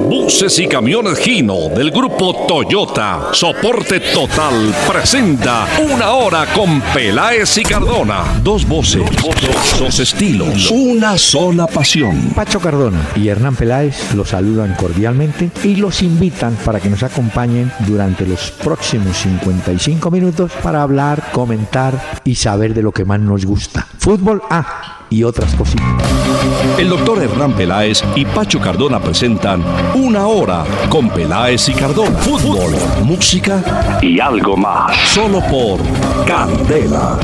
Buses y Camiones Gino del grupo Toyota, soporte total, presenta Una Hora con Peláez y Cardona. Dos voces, dos estilos, una sola pasión. Pacho Cardona y Hernán Peláez los saludan cordialmente y los invitan para que nos acompañen durante los próximos 55 minutos para hablar, comentar y saber de lo que más nos gusta. Fútbol, y otras cositas. El doctor Hernán Peláez y Pacho Cardona presentan Una Hora con Peláez y Cardona. Fútbol, música y algo más. Solo por Candela.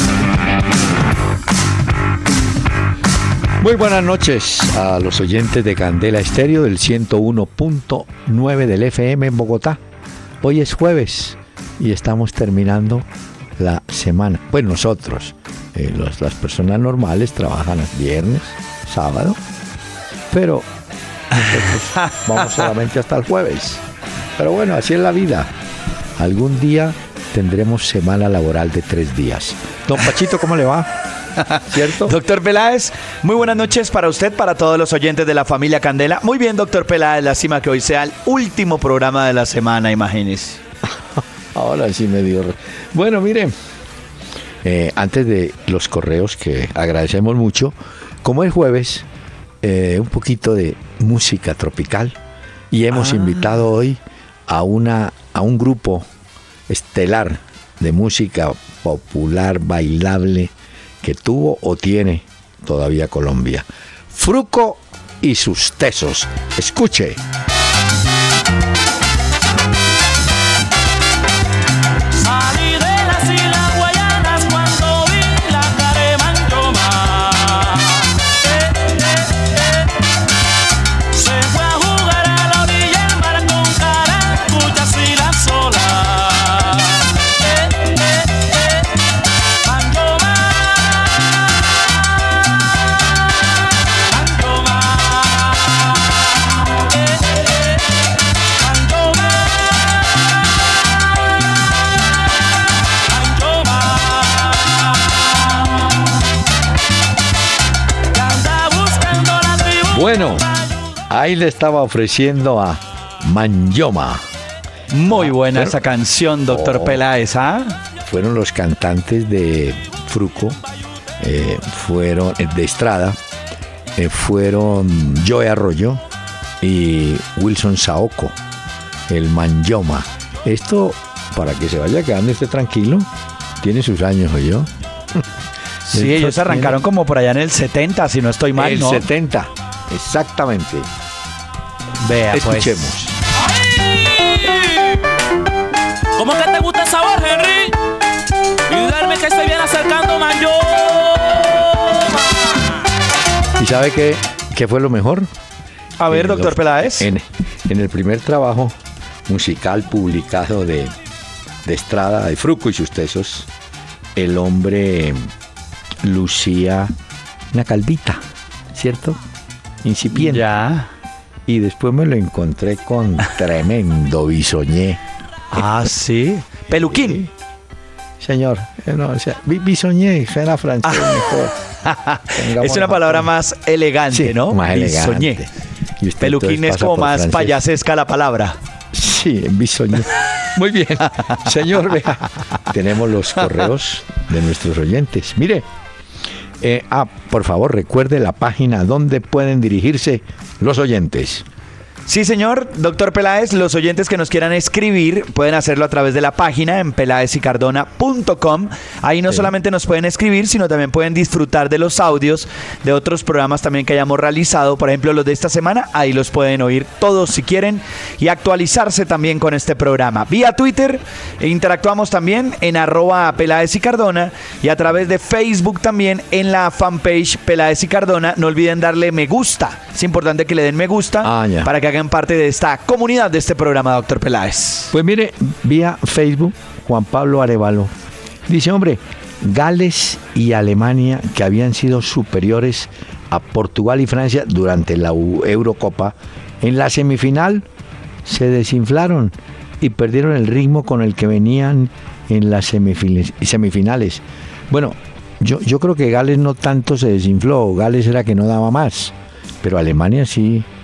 Muy buenas noches a los oyentes de Candela Estéreo del 101.9 del FM en Bogotá. Hoy es jueves y estamos terminando la semana. Pues nosotros, las personas normales trabajan viernes, sábado, pero nosotros vamos solamente hasta el jueves. Pero bueno, así es la vida. Algún día tendremos semana laboral de 3 días. Don Pachito, ¿cómo le va? ¿Cierto? Doctor Peláez, muy buenas noches para usted, para todos los oyentes de la familia Candela. Muy bien, doctor Peláez, lástima que hoy sea el último programa de la semana, imagínese. Ahora sí me dio. Bueno, miren, antes de los correos, que agradecemos mucho, como es jueves, un poquito de música tropical, y hemos invitado hoy a un grupo estelar de música popular, bailable, que tuvo o tiene todavía Colombia. Fruco y sus tesos. Escuche. Bueno, ahí le estaba ofreciendo a Manyoma. Muy buena esa canción, doctor Peláez, Fueron los cantantes de Fruco, fueron de Estrada, fueron Joe Arroyo y Wilson Saoko, el Manyoma. Esto, para que se vaya quedando tranquilo, tiene sus años, ¿oyó? Sí, ellos arrancaron como por allá en el 70, si no estoy mal, el ¿no? 70, exactamente. Vea, escuchemos. Pues. ¿Cómo que te gusta el sabor, Henry? Y darme que se viene acercando Manyoma. ¿Y sabe qué fue lo mejor? A ver, doctor Peláez. En el primer trabajo musical publicado de Estrada, de Fruco y sus tesos, el hombre lucía una calvita, ¿cierto? Incipiente. Ya. Y después me lo encontré con tremendo bisoñé. ¿Sí? Peluquín. Sí. Señor, no, o sea, bisoñé, suena francés mejor. Es una palabra más elegante, sí, ¿no? Más elegante. Bisoñé. Peluquín es como más francés. Payasesca la palabra. Sí, bisoñé. Muy bien. Señor, vea, tenemos los correos de nuestros oyentes. Mire, por favor, recuerde la página donde pueden dirigirse los oyentes. Sí, señor, doctor Peláez, los oyentes que nos quieran escribir pueden hacerlo a través de la página en pelaezicardona.com. Ahí no solamente nos pueden escribir, sino también pueden disfrutar de los audios de otros programas también que hayamos realizado. Por ejemplo, los de esta semana, ahí los pueden oír todos si quieren y actualizarse también con este programa. Vía Twitter, interactuamos también en @pelaezicardona y a través de Facebook también en la fanpage Peláez y Cardona. No olviden darle me gusta. Es importante que le den me gusta para que hagan parte de esta comunidad de este programa, doctor Peláez. Pues mire, vía Facebook, Juan Pablo Arevalo dice, hombre, Gales y Alemania, que habían sido superiores a Portugal y Francia durante la Eurocopa, en la semifinal se desinflaron y perdieron el ritmo con el que venían en las semifinales. Bueno, yo creo que Gales no tanto se desinfló, Gales era que no daba más, pero Alemania sí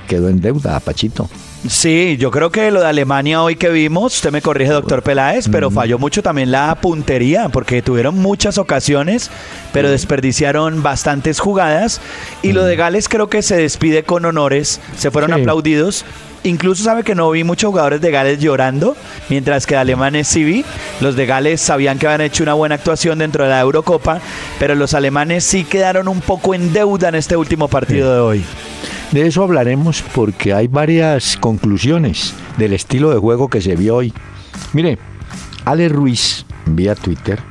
quedó en deuda, Pachito. Sí, yo creo que lo de Alemania hoy que vimos, usted me corrige, doctor Peláez, pero falló mucho también la puntería, porque tuvieron muchas ocasiones, pero desperdiciaron bastantes jugadas. Y lo de Gales creo que se despide con honores, se fueron aplaudidos. Incluso sabe que no vi muchos jugadores de Gales llorando, mientras que de alemanes sí vi. Los de Gales sabían que habían hecho una buena actuación dentro de la Eurocopa, pero los alemanes sí quedaron un poco en deuda en este último partido de hoy. De eso hablaremos porque hay varias conclusiones del estilo de juego que se vio hoy. Mire, Ale Ruiz, vía Twitter,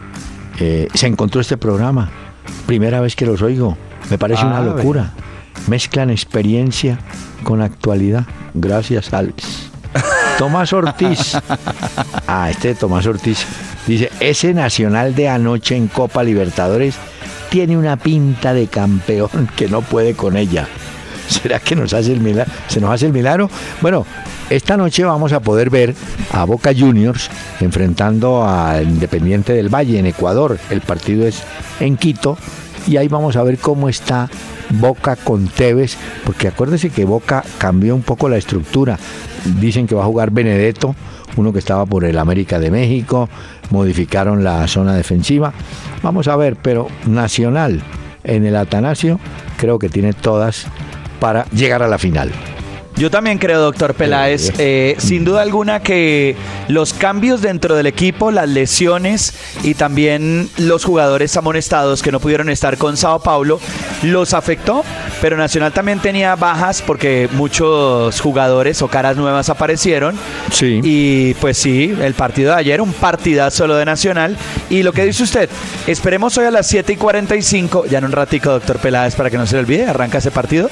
se encontró este programa. Primera vez que los oigo. Me parece una locura. Mezclan experiencia con actualidad. Gracias, Alex. Tomás Ortiz. Este de Tomás Ortiz. Dice, ese Nacional de anoche en Copa Libertadores tiene una pinta de campeón que no puede con ella. ¿Será que nos hace el milagro? ¿Se nos hace el milagro? Bueno, esta noche vamos a poder ver a Boca Juniors enfrentando a Independiente del Valle en Ecuador. El partido es en Quito y ahí vamos a ver cómo está Boca con Tevez, porque acuérdese que Boca cambió un poco la estructura. Dicen que va a jugar Benedetto, uno que estaba por el América de México, modificaron la zona defensiva. Vamos a ver, pero Nacional en el Atanasio creo que tiene todas para llegar a la final. Yo también creo, doctor Peláez, sin duda alguna que los cambios dentro del equipo, las lesiones y también los jugadores amonestados que no pudieron estar con Sao Paulo, los afectó, pero Nacional también tenía bajas porque muchos jugadores o caras nuevas aparecieron. Sí. Y pues sí, el partido de ayer, un partidazo lo de Nacional. Y lo que dice usted, esperemos hoy a las 7:45, ya en un ratico, doctor Peláez, para que no se le olvide, arranca ese partido.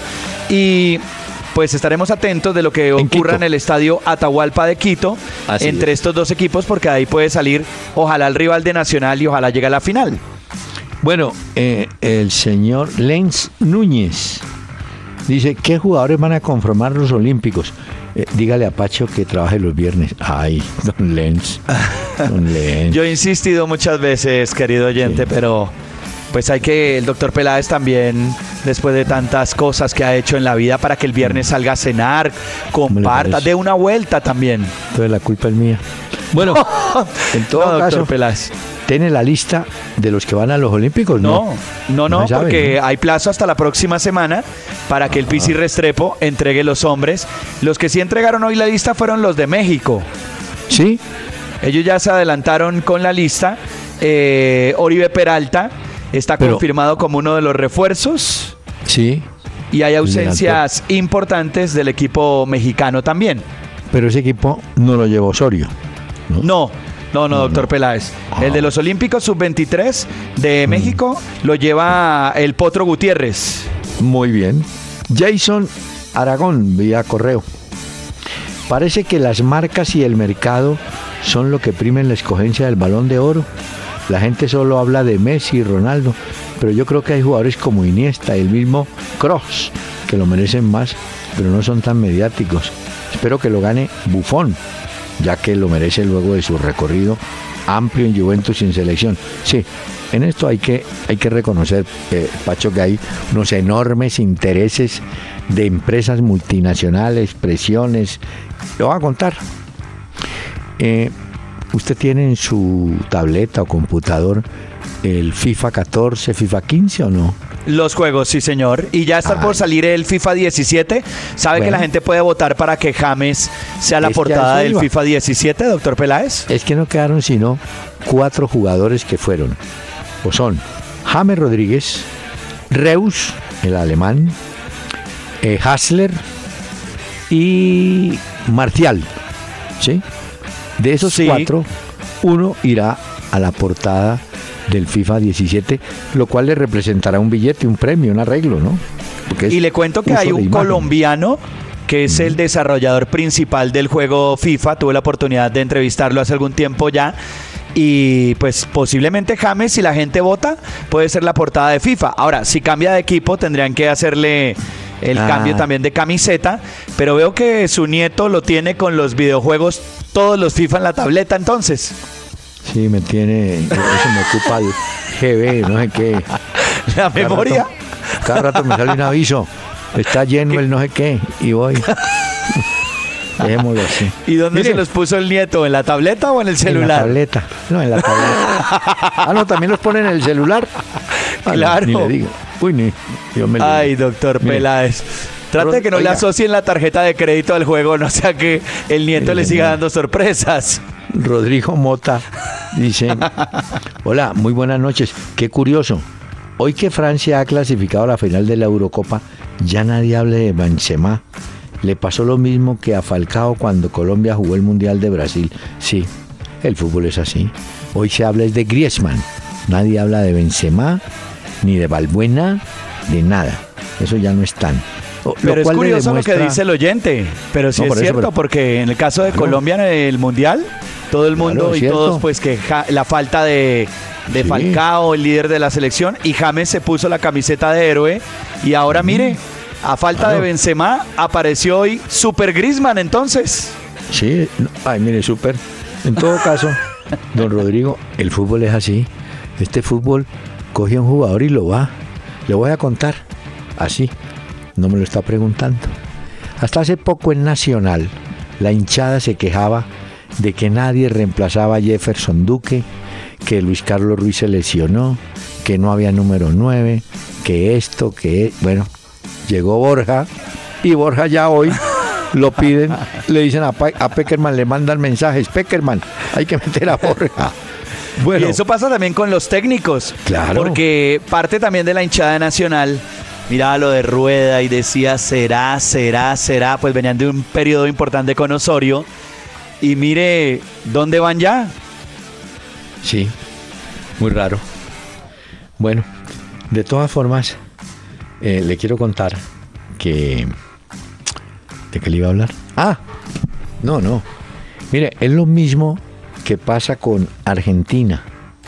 Y pues estaremos atentos de lo que ocurra en el estadio Atahualpa de Quito, entre estos dos equipos, porque ahí puede salir, ojalá el rival de Nacional y ojalá llegue a la final. Bueno, el señor Lenz Núñez dice, ¿qué jugadores van a conformar los Olímpicos? Dígale a Pacho que trabaje los viernes. Ay, don Lenz. Don Lenz. Yo he insistido muchas veces, querido oyente, pero pues hay que, el doctor Peláez también, después de tantas cosas que ha hecho en la vida, para que el viernes salga a cenar, comparta, dé una vuelta también. Entonces la culpa es mía. Bueno, en todo caso, doctor Peláez, ¿tiene la lista de los que van a los Olímpicos? No, sabe, porque ¿no? hay plazo hasta la próxima semana para que el Pizzi Restrepo entregue los hombres. Los que sí entregaron hoy la lista fueron los de México. ¿Sí? Ellos ya se adelantaron con la lista. Oribe Peralta está confirmado como uno de los refuerzos. Sí. Y hay ausencias importantes del equipo mexicano también. Pero ese equipo no lo lleva Osorio. No, doctor Peláez. El de los Olímpicos Sub-23 de México lo lleva el Potro Gutiérrez. Muy bien. Jason Aragón, vía correo. Parece que las marcas y el mercado son lo que primen la escogencia del Balón de Oro. La gente solo habla de Messi y Ronaldo, pero yo creo que hay jugadores como Iniesta y el mismo Kroos que lo merecen más, pero no son tan mediáticos. Espero que lo gane Buffon, ya que lo merece luego de su recorrido amplio en Juventus y en selección. Sí, en esto hay que reconocer, Pacho, que hay unos enormes intereses de empresas multinacionales, presiones. Lo voy a contar. ¿Usted tiene en su tableta o computador el FIFA 14, FIFA 15 o no? Los juegos, sí señor. Y ya está por salir el FIFA 17. ¿Sabe que la gente puede votar para que James sea la portada del FIFA 17, doctor Peláez? Es que no quedaron sino 4 jugadores que fueron. O son James Rodríguez, Reus, el alemán, Hassler y Martial. ¿Sí? De esos 4, uno irá a la portada del FIFA 17, lo cual le representará un billete, un premio, un arreglo, ¿no? Y le cuento que hay un colombiano que es el desarrollador principal del juego FIFA. Tuve la oportunidad de entrevistarlo hace algún tiempo ya. Y pues posiblemente James, si la gente vota, puede ser la portada de FIFA. Ahora, si cambia de equipo, tendrían que hacerle el cambio también de camiseta, pero veo que su nieto lo tiene con los videojuegos, todos los FIFA en la tableta, entonces. Sí, me tiene, eso me ocupa el GB, no sé qué. La memoria. Cada rato me sale un aviso. está lleno el no sé qué, y voy. Dejémoslo así. ¿Y dónde Mire, se los puso el nieto? ¿En la tableta o en el celular? En la tableta. No, en la tableta. Ah, no, también los ponen en el celular. Ah, Claro. No, ni le digo. Uy, ni. Dios me Ay, libre. doctor Mire. Peláez. Trate de que no le Oiga. asocien la tarjeta de crédito al juego, no sea que el nieto le siga dando sorpresas. Rodrigo Mota dice: hola, muy buenas noches. Qué curioso. Hoy que Francia ha clasificado a la final de la Eurocopa, ya nadie habla de Benzema. Le pasó lo mismo que a Falcao cuando Colombia jugó el Mundial de Brasil. Sí, el fútbol es así. Hoy se habla es de Griezmann. Nadie habla de Benzema, ni de Balbuena, de nada. Eso ya no están. Pero es curioso lo que dice el oyente. Pero sí No, es por eso, cierto, pero- porque en el caso de Claro. Colombia en el Mundial, todo el mundo Claro, es y cierto. todos, pues que la falta de Sí. Falcao, el líder de la selección, y James se puso la camiseta de héroe. Y ahora mire, a falta Claro. de Benzema, apareció hoy Super Griezmann entonces. Sí, no, ay, mire, súper. En todo caso, don Rodrigo, el fútbol es así. Este fútbol coge a un jugador y lo va. Le voy a contar. Así. No me lo está preguntando. Hasta hace poco en Nacional, la hinchada se quejaba de que nadie reemplazaba a Jefferson Duque, que Luis Carlos Ruiz se lesionó, que no había número 9, que esto, que... Bueno, llegó Borja y Borja ya hoy lo piden, le dicen a Peckerman, le mandan mensajes: Peckerman, hay que meter a Borja. Bueno, Y eso pasa también con los técnicos. Claro. Porque parte también de la hinchada nacional, miraba lo de Rueda y decía será, pues venían de un periodo importante con Osorio. Y mire, ¿dónde van ya? sí, muy raro. Bueno, de todas formas, le quiero contar que... ¿De qué le iba a hablar? Ah, no. Mire, es lo mismo que pasa con Argentina.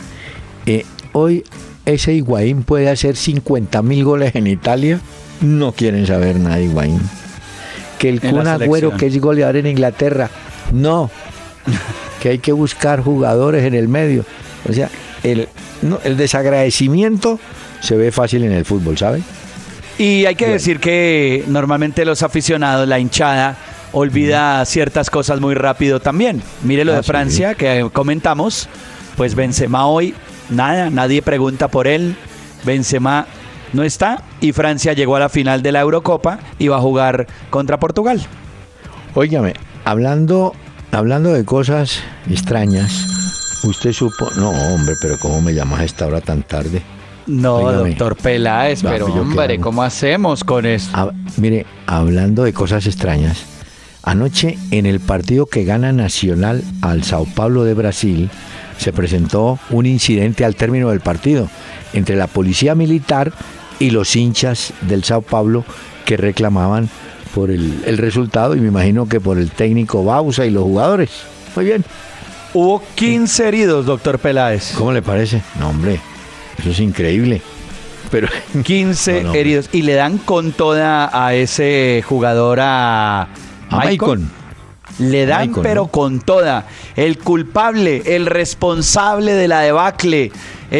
Hoy ese Higuaín puede hacer 50.000 goles en Italia. No quieren saber nada de Higuaín. Que el En la Kun Agüero, selección. que es goleador en Inglaterra, no. Que hay que buscar jugadores en el medio. O sea, el desagradecimiento se ve fácil en el fútbol, ¿sabe? Y hay que Bien. decir que normalmente los aficionados, la hinchada, olvida ciertas cosas muy rápido también. Mire lo Ah, de sí. Francia que comentamos, pues Benzema hoy, nada, nadie pregunta por él. Benzema no está y Francia llegó a la final de la Eurocopa y va a jugar contra Portugal. Óigame, hablando de cosas extrañas, usted supo... No, hombre, pero ¿cómo me llamas a esta hora tan tarde? No, Óigame. doctor Peláez, No, pero ¿yo qué hombre, hago? ¿cómo hacemos con eso? Mire, hablando de cosas extrañas, anoche en el partido que gana Nacional al Sao Paulo de Brasil, se presentó un incidente al término del partido entre la policía militar y los hinchas del Sao Paulo que reclamaban por el resultado, y me imagino que por el técnico Bausa y los jugadores. Muy bien. Hubo 15 heridos, doctor Peláez. ¿Cómo le parece? No, hombre, eso es increíble. Pero 15 No, heridos. Y le dan con toda a ese jugador a Maicon. Le dan, Maicon, pero ¿no? con toda. El culpable, el responsable de la debacle.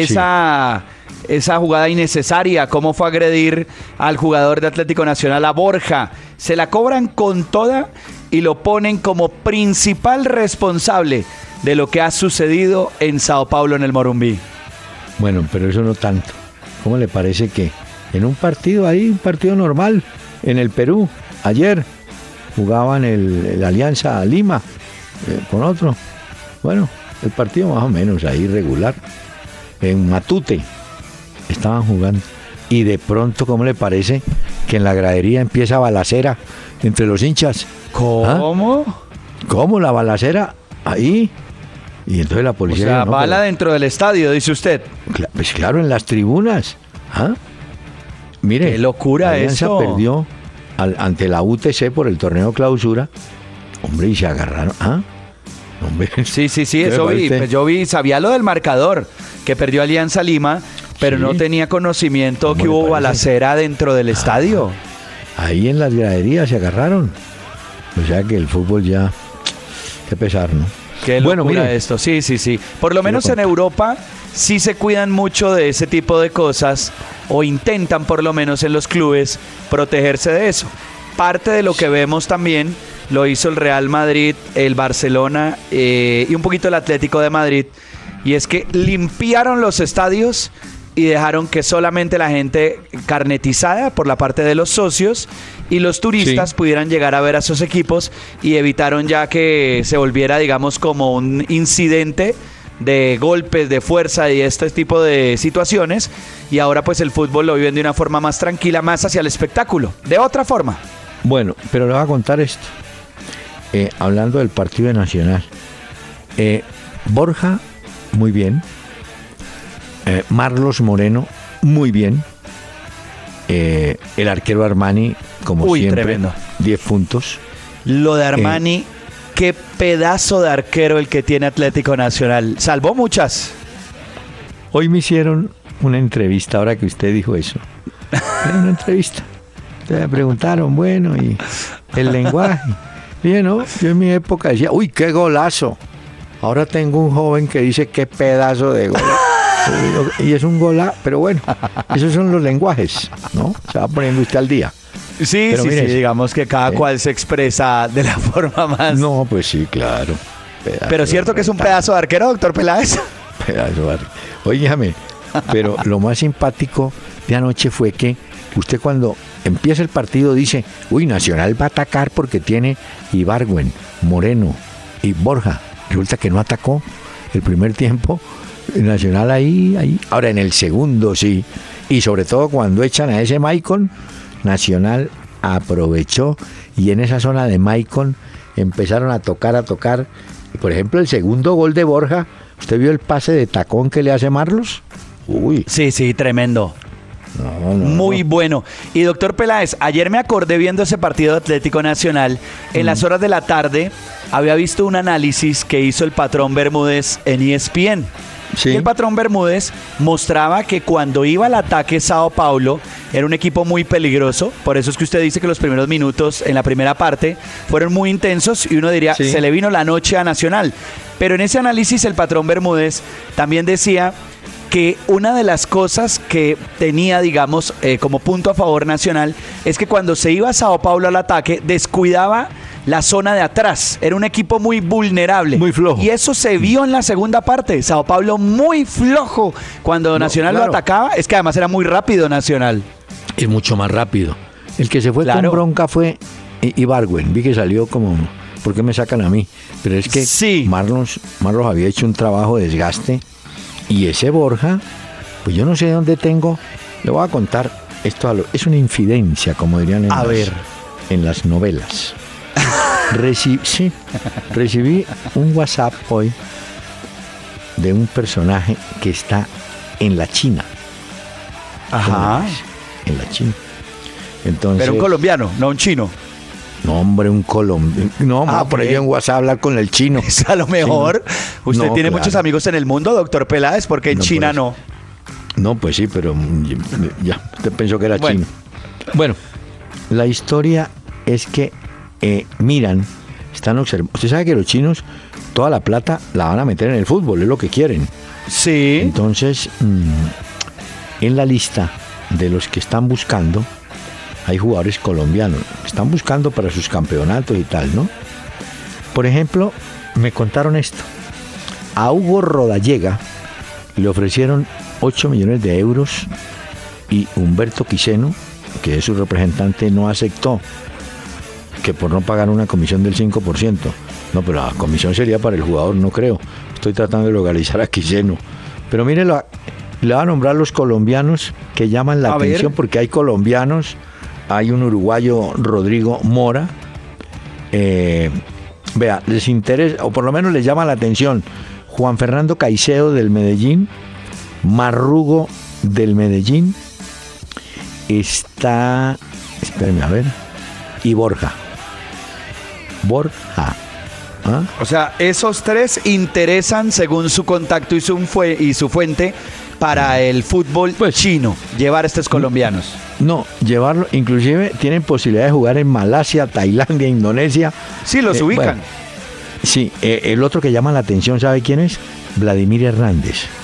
Esa jugada innecesaria. Cómo fue a agredir al jugador de Atlético Nacional, a Borja. Se la cobran con toda y lo ponen como principal responsable de lo que ha sucedido en Sao Paulo, en el Morumbí. Bueno, pero eso no tanto. ¿Cómo le parece que en un partido ahí, un partido normal, en el Perú, ayer jugaban el Alianza Lima con otro? Bueno, el partido más o menos ahí regular. En Matute estaban jugando. Y de pronto, ¿cómo le parece que en la gradería empieza balacera entre los hinchas? ¿Cómo? ¿Cómo la balacera? Ahí. Y entonces la O policía... sea, dijo, no, bala pero- dentro del estadio, dice usted. Pues claro, en las tribunas. ¿Ah? Mire, Qué locura Alianza eso. perdió ante la UTC por el torneo clausura. Hombre, y se agarraron. ¿Ah? Hombre. Sí, ¿Qué eso me vi. parece? Pues yo vi, sabía lo del marcador, que perdió Alianza Lima, pero Sí. no tenía conocimiento ¿Cómo que le hubo parece? balacera dentro del estadio. Ahí en las graderías se agarraron. O sea que el fútbol ya... Qué pesar, ¿no? Qué Bueno, locura mire. esto. Sí. Por lo menos en contar. Europa sí se cuidan mucho de ese tipo de cosas, o intentan por lo menos en los clubes protegerse de eso. Parte de lo que vemos también lo hizo el Real Madrid, el Barcelona y un poquito el Atlético de Madrid, y es que limpiaron los estadios y dejaron que solamente la gente carnetizada por la parte de los socios y los turistas pudieran llegar a ver a esos equipos, y evitaron ya que se volviera, digamos, como un incidente de golpes, de fuerza y este tipo de situaciones, y ahora pues el fútbol lo viven de una forma más tranquila, más hacia el espectáculo, de otra forma. Bueno, pero le voy a contar esto. Hablando del partido de Nacional, Borja, muy bien. Marlos Moreno, muy bien. El arquero Armani, como siempre, tremendo. 10 puntos. Lo de Armani, qué pedazo de arquero el que tiene Atlético Nacional. Salvó muchas. Hoy me hicieron una entrevista, ahora que usted dijo eso. Era una entrevista. Me preguntaron, bueno, y el lenguaje. Dije, no, yo en mi época decía, uy, qué golazo. Ahora tengo un joven que dice, qué pedazo de gol. Y es un golazo, pero bueno, esos son los lenguajes, ¿no? Se va poniendo usted al día. Sí, pero sí, digamos que cada cual se expresa de la forma más... No, pues sí, claro. Pero cierto que es un pedazo de arquero, doctor Peláez. Pedazo de arquero. Óigame, pero lo más simpático de anoche fue que usted cuando empieza el partido dice, uy, Nacional va a atacar porque tiene Ibargüen, Moreno y Borja. Resulta que no atacó el primer tiempo. Nacional ahí. Ahora en el segundo sí. Y sobre todo cuando echan a ese Maicon, Nacional aprovechó y en esa zona de Maicon empezaron a tocar. Y por ejemplo, el segundo gol de Borja, ¿usted vio el pase de tacón que le hace Marlos? Uy. Sí, tremendo. No, Muy bueno. Y doctor Peláez, ayer me acordé viendo ese partido de Atlético Nacional, en las horas de la tarde había visto un análisis que hizo el patrón Bermúdez en ESPN. Sí. Y el patrón Bermúdez mostraba que cuando iba al ataque Sao Paulo era un equipo muy peligroso. Por eso es que usted dice que los primeros minutos en la primera parte fueron muy intensos y uno diría, se le vino la noche a Nacional. Pero en ese análisis el patrón Bermúdez también decía que una de las cosas que tenía, digamos, como punto a favor Nacional es que cuando se iba a Sao Paulo al ataque descuidaba la zona de atrás. Era un equipo muy vulnerable. Muy flojo. Y eso se vio en la segunda parte. Sao Paulo muy flojo cuando Nacional lo atacaba. Es que además era muy rápido Nacional. Es mucho más rápido. El que se fue con bronca fue Ibargüen. Vi que salió como, ¿por qué me sacan a mí? Pero es que Marlos había hecho un trabajo de desgaste. Y ese Borja, pues yo no sé de dónde tengo. Le voy a contar esto. Es una infidencia, como dirían en las novelas. Recibí un WhatsApp hoy de un personaje que está en la China. Ajá. En la China. Entonces, pero un colombiano, no un chino. No, hombre, un colombiano. No, por ahí en WhatsApp hablar con el chino. Es a lo mejor. Sí, no. Usted tiene muchos amigos en el mundo, doctor Peláez, porque en China no. No, pues sí, pero ya, usted pensó que era chino. Bueno, la historia es que miran, están observando. Usted sabe que los chinos toda la plata la van a meter en el fútbol, es lo que quieren. Sí. Entonces, en la lista de los que están buscando, hay jugadores colombianos. Están buscando para sus campeonatos y tal, ¿no? Por ejemplo, me contaron esto. A Hugo Rodallega le ofrecieron 8 millones de euros y Humberto Quiseno, que es su representante, no aceptó, que por no pagar una comisión del 5%. No, pero la comisión sería para el jugador, no creo. Estoy tratando de localizar a Quiseno. Pero mire, le va a nombrar los colombianos que llaman la atención, porque hay colombianos. Hay un uruguayo, Rodrigo Mora. Vea, les interesa, o por lo menos les llama la atención, Juan Fernando Caicedo del Medellín, Marrugo del Medellín, está, espérenme a ver, y Borja. ¿Ah? O sea, esos tres interesan según su contacto y su fuente para el fútbol chino, llevar a estos colombianos. No, llevarlo, inclusive tienen posibilidad de jugar en Malasia, Tailandia, Indonesia. Sí, los ubican. Bueno, sí, el otro que llama la atención, ¿sabe quién es? Vladimir Hernández.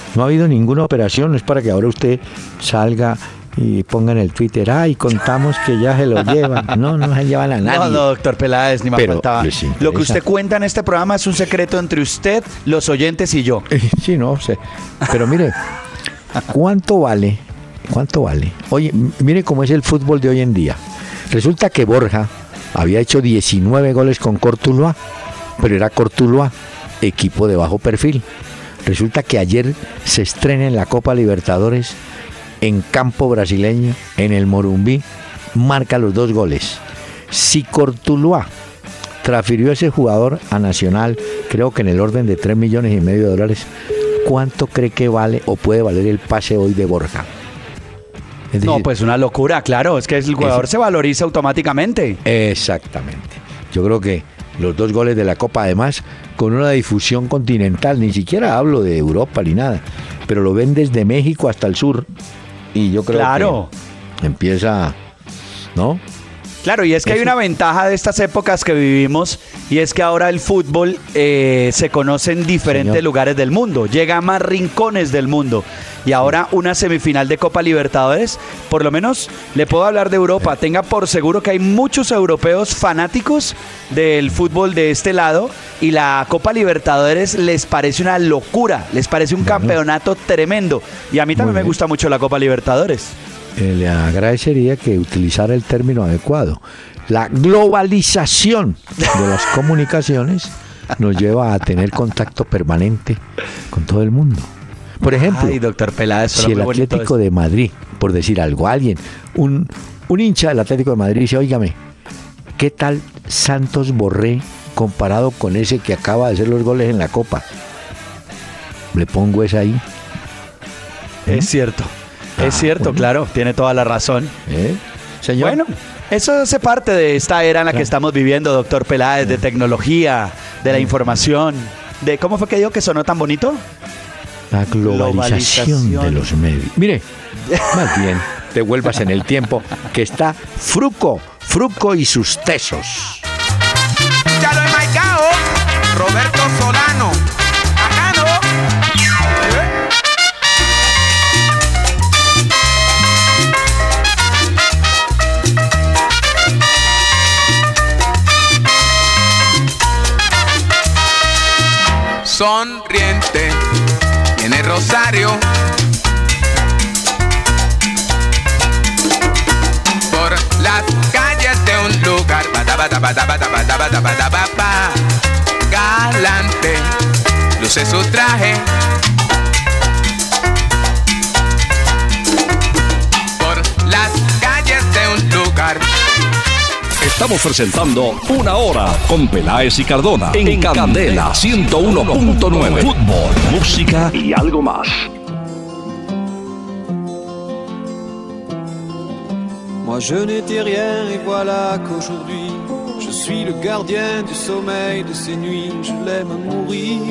No ha habido ninguna operación, no es para que ahora usted salga y ponga en el Twitter, ay, contamos que ya se lo llevan. No, no se llevan a nadie. No, doctor Peláez, ni más Pero faltaba. les interesa. Lo que usted cuenta en este programa es un secreto entre usted, los oyentes y yo. Sí, no sé. Pero mire, ¿cuánto vale? ¿Cuánto vale? Oye, mire cómo es el fútbol de hoy en día. Resulta que Borja había hecho 19 goles con Cortuluá, pero era Cortuluá, equipo de bajo perfil. Resulta que ayer se estrena en la Copa Libertadores en campo brasileño, en el Morumbí, marca los 2 goles. Si Cortuluá transfirió a ese jugador a Nacional, creo que en el orden de $3,5 millones, ¿cuánto cree que vale o puede valer el pase hoy de Borja? Es No, decir, pues una locura, claro, es que el jugador se valoriza automáticamente. exactamente. Yo creo que los 2 goles de la Copa, además, con una difusión continental, ni siquiera hablo de Europa ni nada, pero lo ven desde México hasta el sur. Y yo creo Claro. que empieza, ¿no? Claro, y es que hay una ventaja de estas épocas que vivimos, y es que ahora el fútbol se conoce en diferentes Señor. lugares del mundo, llega a más rincones del mundo. Y ahora una semifinal de Copa Libertadores, por lo menos le puedo hablar de Europa, tenga por seguro que hay muchos europeos fanáticos del fútbol de este lado, y la Copa Libertadores les parece una locura, les parece un campeonato tremendo. Y a mí también me bien. gusta mucho la Copa Libertadores. Le agradecería que utilizara el término adecuado. La globalización de las comunicaciones nos lleva a tener contacto permanente con todo el mundo. Por ejemplo, Ay, doctor Peláez, si el Atlético de Madrid, por decir algo, alguien, un hincha del Atlético de Madrid dice, óigame, ¿qué tal Santos Borré comparado con ese que acaba de hacer los goles en la Copa? Le pongo esa ahí. Es cierto. Es cierto, bueno. claro, tiene toda la razón. Señor. Bueno, eso hace parte de esta era en la que estamos viviendo, doctor Peláez, de tecnología, de la información, de ¿cómo fue que dijo que sonó tan bonito? La globalización de los medios. Mire, más bien, te vuelvas en el tiempo que está Fruco y sus tesos. Ya lo he marcado, Roberto Solano. Acá no. Sonriente, tiene Rosario. Por las calles de un lugar, galante, luce su traje. Por las calles de un lugar. Estamos presentando Una Hora con Peláez y Cardona en Candela 101.9. Fútbol, música y algo más. Moi je n'étais rien et voilà qu'aujourd'hui je suis le gardien du sommeil de ces nuits, je l'aime à mourir.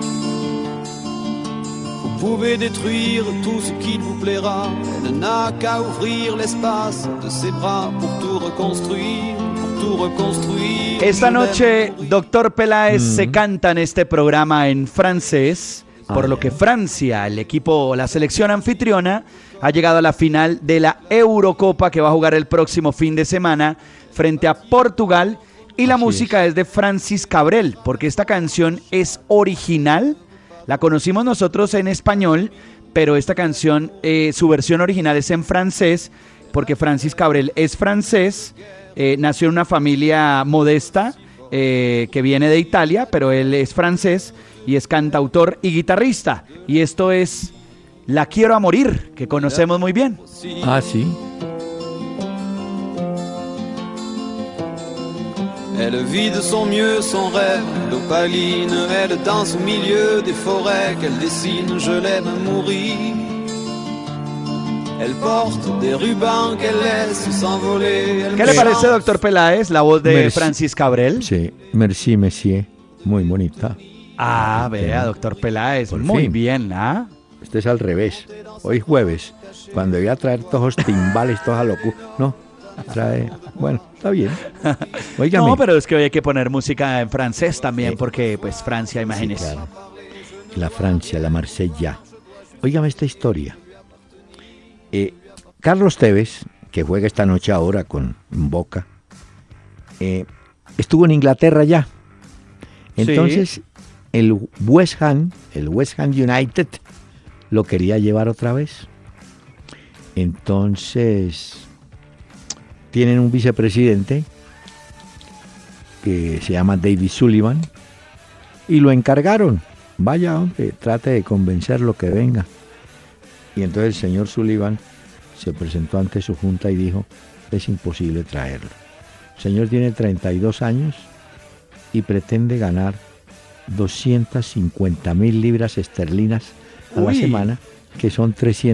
Vous pouvez détruire tout ce qu'il vous plaira, elle n'a qu'à ouvrir l'espace de ses bras pour tout reconstruire, pour tout reconstruire. Esta noche, doctor Peláez, se canta en este programa en francés, por lo que Francia, el equipo, la selección anfitriona, ha llegado a la final de la Eurocopa que va a jugar el próximo fin de semana frente a Portugal, y la música es de Francis Cabrel, porque esta canción es original, la conocimos nosotros en español, pero esta canción, su versión original es en francés, porque Francis Cabrel es francés, nació en una familia modesta que viene de Italia, pero él es francés y es cantautor y guitarrista. Y esto es La Quiero a Morir, que conocemos muy bien. Ah, sí. Elle vit de son mieux son rêve d'opaline, elle danse au milieu des forêts qu'elle dessine, je l'aime à mourir. Elle porte des rubans qu'elle laisse s'envoler. Elle ¿Qué le me parece, chante. doctor Peláez, la voz de Merci. Francis Cabrel? Sí, merci, monsieur. Muy bonita. Ah, vea, doctor Peláez, Por muy fin. bien, ¿ah? Este es al revés. Hoy jueves, cuando voy a traer todos los timbales, toda la locura. No, trae. Bueno, está bien. Óigame. No, pero es que hoy hay que poner música en francés también, Sí. porque pues Francia, Sí, imagínese. claro. La Francia, la Marsella. óigame esta historia. Carlos Tevez, que juega esta noche ahora con Boca, estuvo en Inglaterra ya. Entonces, el West Ham United, lo quería llevar otra vez. Entonces, tienen un vicepresidente que se llama David Sullivan y lo encargaron. Vaya, hombre, trate de convencerlo que venga. Y entonces el señor Sullivan se presentó ante su junta y dijo, es imposible traerlo. El señor tiene 32 años y pretende ganar 250,000 libras esterlinas a la semana, que son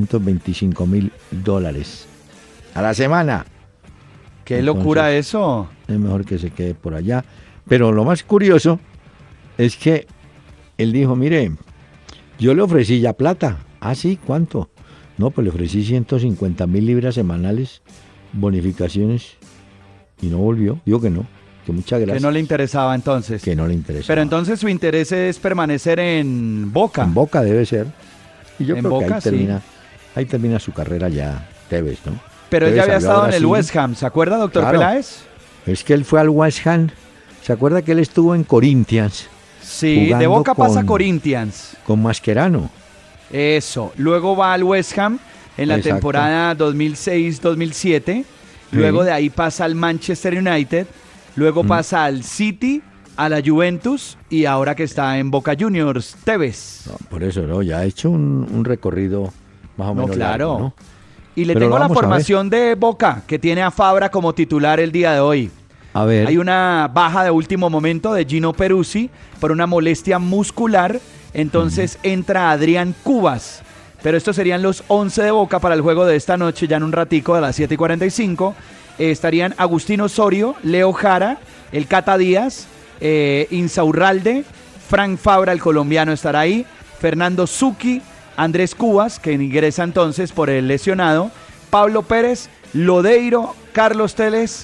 $325,000 a la semana. ¡Qué Entonces, locura eso! Es mejor que se quede por allá. Pero lo más curioso es que él dijo, mire, yo le ofrecí ya plata. Ah, sí, ¿cuánto? No, pues le ofrecí 150,000 libras semanales, bonificaciones, y no volvió. Dijo que no, que muchas gracias. Que no le interesaba entonces. Que no le interesaba. Pero entonces su interés es permanecer en Boca. En Boca debe ser. Y yo En creo Boca, que ahí termina su carrera ya, Tevez, ¿no? Pero él Tevez ya había salió estado a en el Brasil. West Ham, ¿se acuerda, doctor Claro. Peláez? Es que él fue al West Ham. ¿Se acuerda que él estuvo en Corinthians Sí, de Jugando Boca pasa a con- Corinthians. con Mascherano? Eso. Luego va al West Ham en la Exacto. temporada 2006-2007. Luego Sí. de ahí pasa al Manchester United. Luego pasa al City, a la Juventus y ahora que está en Boca Juniors, Tevez. No, por eso, ¿no? Ya ha hecho un recorrido más o No, menos claro. largo, ¿no? Y le Pero tengo lo la vamos a ver. formación de Boca, que tiene a Fabra como titular el día de hoy. A ver, Hay una baja de último momento de Gino Peruzzi por una molestia muscular. Entonces entra Adrián Cubas. Pero estos serían los 11 de Boca para el juego de esta noche, ya en un ratico a las 7:45. Estarían Agustín Osorio, Leo Jara, el Cata Díaz, Insaurralde, Frank Fabra, el colombiano, estará ahí, Fernando Zucchi, Andrés Cubas, que ingresa entonces por el lesionado, Pablo Pérez, Lodeiro, Carlos Tevez,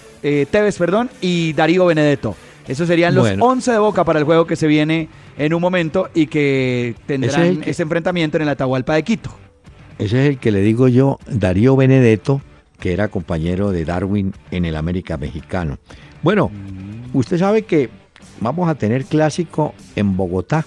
y Darío Benedetto. Esos serían los Bueno. 11 de Boca para el juego que se viene en un momento y que tendrán Ese es el que- ese enfrentamiento en el Atahualpa de Quito. ese es el que le digo yo, Darío Benedetto, que era compañero de Darwin en el América Mexicano. Bueno, usted sabe que vamos a tener clásico en Bogotá,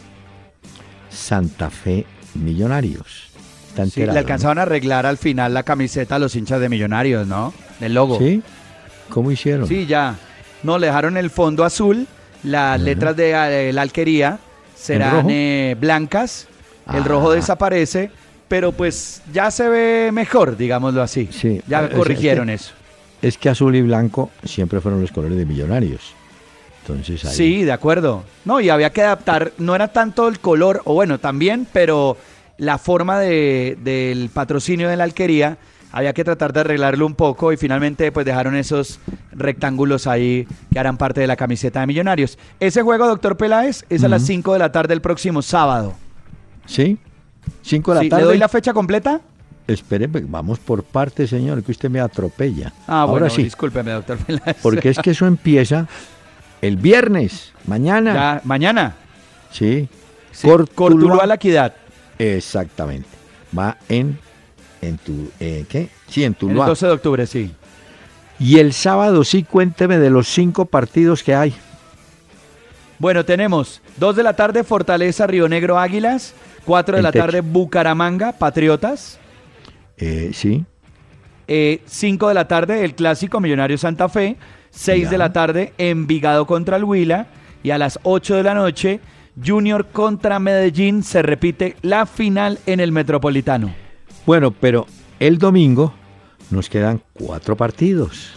Santa Fe Millonarios. Está Sí, enterado, le alcanzaron a arreglar al final la camiseta a los hinchas de Millonarios, ¿no? El logo. ¿no? ¿Sí? ¿Cómo hicieron? Sí, ya. No, le dejaron el fondo azul, las letras de la alquería serán rojo? blancas, el Ah. rojo desaparece, pero pues ya se ve mejor, digámoslo así. Sí. Ya O sea, corrigieron eso. Es que azul y blanco siempre fueron los colores de Millonarios. Entonces ahí... Sí, de acuerdo. No, y había que adaptar, no era tanto el color, o bueno, también, pero la forma del patrocinio de la alquería, había que tratar de arreglarlo un poco y finalmente pues dejaron esos rectángulos ahí que harán parte de la camiseta de Millonarios. Ese juego, doctor Peláez, es a las 5 de la tarde el próximo sábado. ¿Sí? 5 de la Sí, tarde. ¿le doy la fecha completa? Espere, vamos por partes, señor, que usted me atropella. Ah, bueno, Ahora sí, discúlpeme, doctor Peláez. porque es que eso empieza el viernes, mañana. Ya, mañana. Sí. Sí, Cortuluá La Equidad. Exactamente. Va en ¿qué? Sí, en El Tuluá. 12 de octubre, sí. Y el sábado sí, cuénteme de los 5 partidos que hay. Bueno, tenemos 2 de la tarde Fortaleza Río Negro Águilas, 4 de En la techo. tarde Bucaramanga Patriotas, Sí. 5 de la tarde el clásico Millonario Santa Fe, 6 Ya. de la tarde Envigado contra el Huila y a las 8 de la noche Junior contra Medellín. Se repite la final en el Metropolitano. Bueno, pero el domingo nos quedan 4 partidos.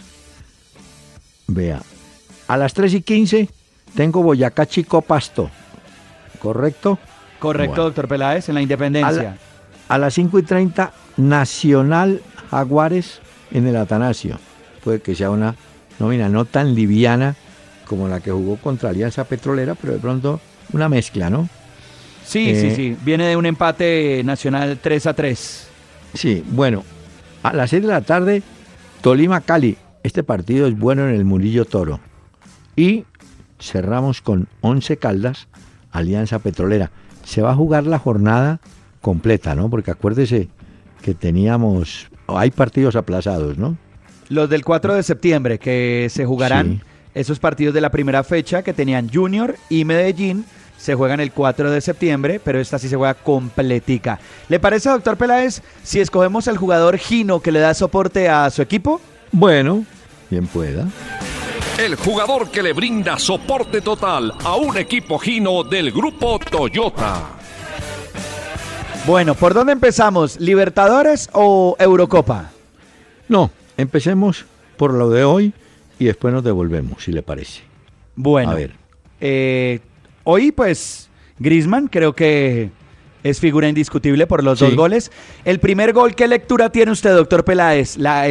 Vea, a las 3:15 tengo Boyacá Chico Pasto, ¿correcto? Correcto, Bueno. doctor Peláez, en la Independencia. A las 5:30 Nacional Jaguares en el Atanasio. Puede que sea una nómina no tan liviana como la que jugó contra Alianza Petrolera, pero de pronto una mezcla, ¿no? Sí, sí. Viene de un empate nacional 3-3. Sí, bueno, a las 6 de la tarde, Tolima-Cali. Este partido es bueno en el Murillo Toro. Y cerramos con 11 Caldas, Alianza Petrolera. Se va a jugar la jornada completa, ¿no? Porque acuérdese que hay partidos aplazados, ¿no? Los del 4 de septiembre que se jugarán, esos partidos de la primera fecha que tenían Junior y Medellín, se juegan el 4 de septiembre, pero esta sí se juega completica. ¿Le parece, doctor Peláez, si escogemos al jugador Gino que le da soporte a su equipo? Bueno, bien pueda. El jugador que le brinda soporte total a un equipo Gino del Grupo Toyota. Bueno, ¿por dónde empezamos? ¿Libertadores o Eurocopa? No, empecemos por lo de hoy y después nos devolvemos, si le parece. Bueno, a ver. Hoy pues Griezmann creo que es figura indiscutible por los dos goles. El primer gol, ¿qué lectura tiene usted, doctor Peláez? La